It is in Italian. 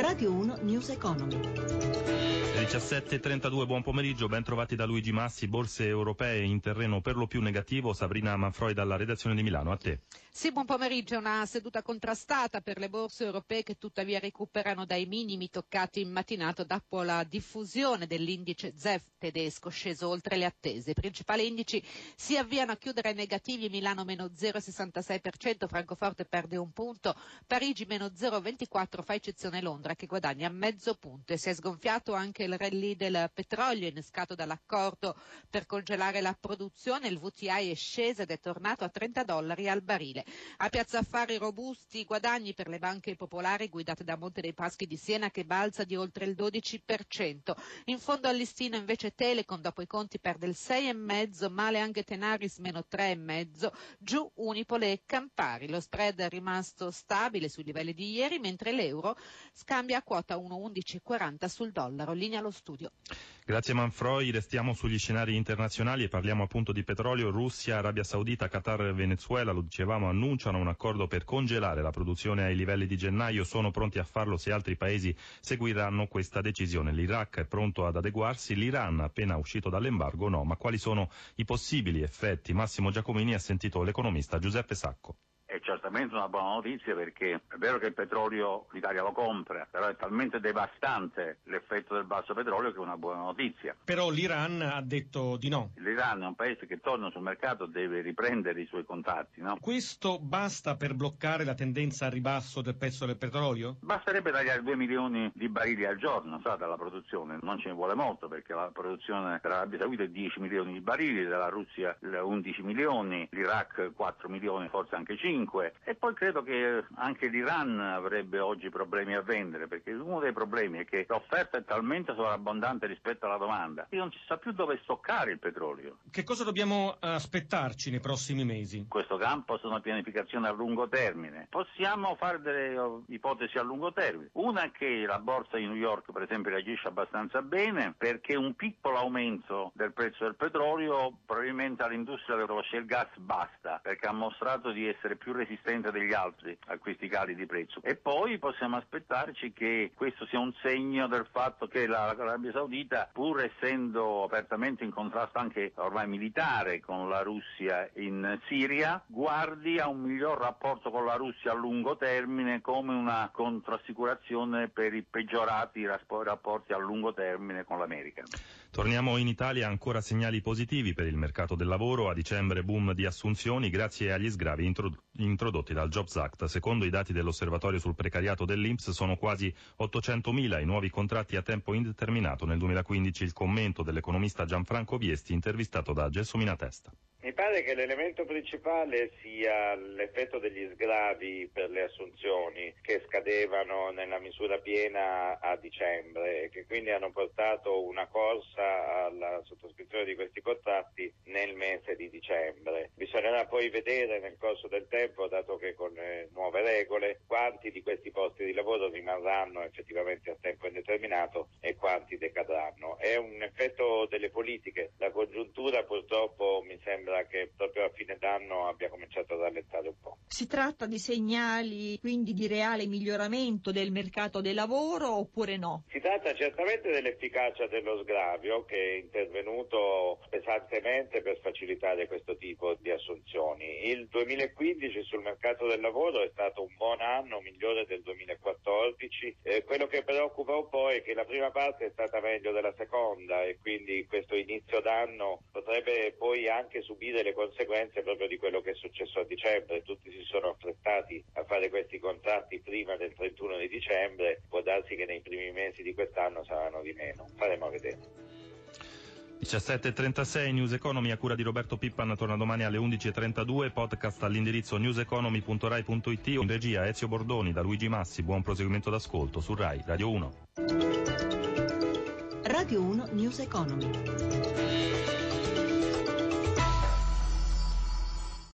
Radio 1 News Economy. 17.32, buon pomeriggio, ben trovati da Luigi Massi. Borse europee in terreno per lo più negativo. Sabrina Manfroi dalla redazione di Milano, a te. Sì, buon pomeriggio. Una seduta contrastata per le borse europee che tuttavia recuperano dai minimi toccati in mattinata dopo la diffusione dell'indice ZEV tedesco sceso oltre le attese. I principali indici si avviano a chiudere negativi: Milano meno 0,66%, Francoforte perde un punto, Parigi meno 0,24%, fa eccezione Londra che guadagna mezzo punto, e si è sgonfiato anche il rally del petrolio innescato dall'accordo per congelare la produzione. Il WTI è sceso ed è tornato a $30 al barile. A Piazza Affari robusti guadagni per le banche popolari guidate da Monte dei Paschi di Siena, che balza di oltre il 12%. In fondo al listino invece Telecom dopo i conti perde il 6,5%, male anche Tenaris meno 3,5%, giù Unipol e Campari. Lo spread è rimasto stabile sui livelli di ieri, mentre l'euro scambia a quota 1,1140 sul dollaro. Linea allo studio. Grazie Manfroi, restiamo sugli scenari internazionali e parliamo appunto di petrolio. Russia, Arabia Saudita, Qatar e Venezuela, lo dicevamo, annunciano un accordo per congelare la produzione ai livelli di gennaio. Sono pronti a farlo se altri paesi seguiranno questa decisione. L'Iraq è pronto ad adeguarsi, l'Iran appena uscito dall'embargo no. Ma quali sono i possibili effetti? Massimo Giacomini ha sentito l'economista Giuseppe Sacco. È certamente una buona notizia, perché è vero che il petrolio l'Italia lo compra, però è talmente devastante l'effetto del basso petrolio che è una buona notizia. Però l'Iran ha detto di no. L'Iran è un paese che torna sul mercato, deve riprendere i suoi contatti, no? Questo basta per bloccare la tendenza al ribasso del prezzo del petrolio? Basterebbe tagliare 2 milioni di barili al giorno, dalla produzione. Non ce ne vuole molto, perché la produzione dell'Arabia Saudita è 10 milioni di barili, della Russia 11 milioni, l'Iraq 4 milioni, forse anche 5. E poi credo che anche l'Iran avrebbe oggi problemi a vendere, perché uno dei problemi è che l'offerta è talmente sovrabbondante rispetto alla domanda che non si sa più dove stoccare il petrolio. Che cosa dobbiamo aspettarci nei prossimi mesi? In questo campo sono pianificazioni a lungo termine. Possiamo fare delle ipotesi a lungo termine. Una è che la borsa di New York, per esempio, reagisce abbastanza bene, perché un piccolo aumento del prezzo del petrolio probabilmente all'industria dello shale gas basta, perché ha mostrato di essere più resistente degli altri a questi cali di prezzo. E poi possiamo aspettarci che questo sia un segno del fatto che l'Arabia Saudita, pur essendo apertamente in contrasto anche ormai militare con la Russia in Siria, guardi a un miglior rapporto con la Russia a lungo termine come una controassicurazione per i peggiorati rapporti a lungo termine con l'America. Torniamo in Italia, ancora segnali positivi per il mercato del lavoro. A dicembre boom di assunzioni grazie agli sgravi introdotti dal Jobs Act. Secondo i dati dell'osservatorio sul precariato dell'INPS sono quasi 800.000 i nuovi contratti a tempo indeterminato nel 2015. Il commento dell'economista Gianfranco Viesti, intervistato da Gelsomina Testa. Mi pare che l'elemento principale sia l'effetto degli sgravi per le assunzioni che scadevano nella misura piena a dicembre e che quindi hanno portato una corsa alla sottoscrizione di questi contratti nel mese di dicembre. Bisognerà poi vedere nel corso del tempo, dato che con le nuove regole, quanti di questi posti di lavoro rimarranno effettivamente a tempo indeterminato e quanti decadranno. È un effetto delle politiche. La congiuntura purtroppo mi sembra che proprio a fine d'anno abbia cominciato ad allentare un po'. Si tratta di segnali quindi di reale miglioramento del mercato del lavoro oppure no? Si tratta certamente dell'efficacia dello sgravio, che è intervenuto pesantemente per facilitare questo tipo di assunzioni. Il 2015 sul mercato del lavoro è stato un buon anno, migliore del 2014. Quello che preoccupa un po' è che la prima parte è stata meglio della seconda e quindi questo inizio d'anno potrebbe poi anche subire le conseguenze proprio di quello che è successo a dicembre. Tutti si sono affrettati a fare questi contratti prima del 31 di dicembre, può darsi che nei primi mesi di quest'anno saranno di meno, faremo a vedere. 17.36, News Economy a cura di Roberto Pippan torna domani alle 11.32, podcast all'indirizzo newseconomy.rai.it. In regia Ezio Bordoni, da Luigi Massi. Buon proseguimento d'ascolto su Rai Radio 1. Radio 1 News Economy.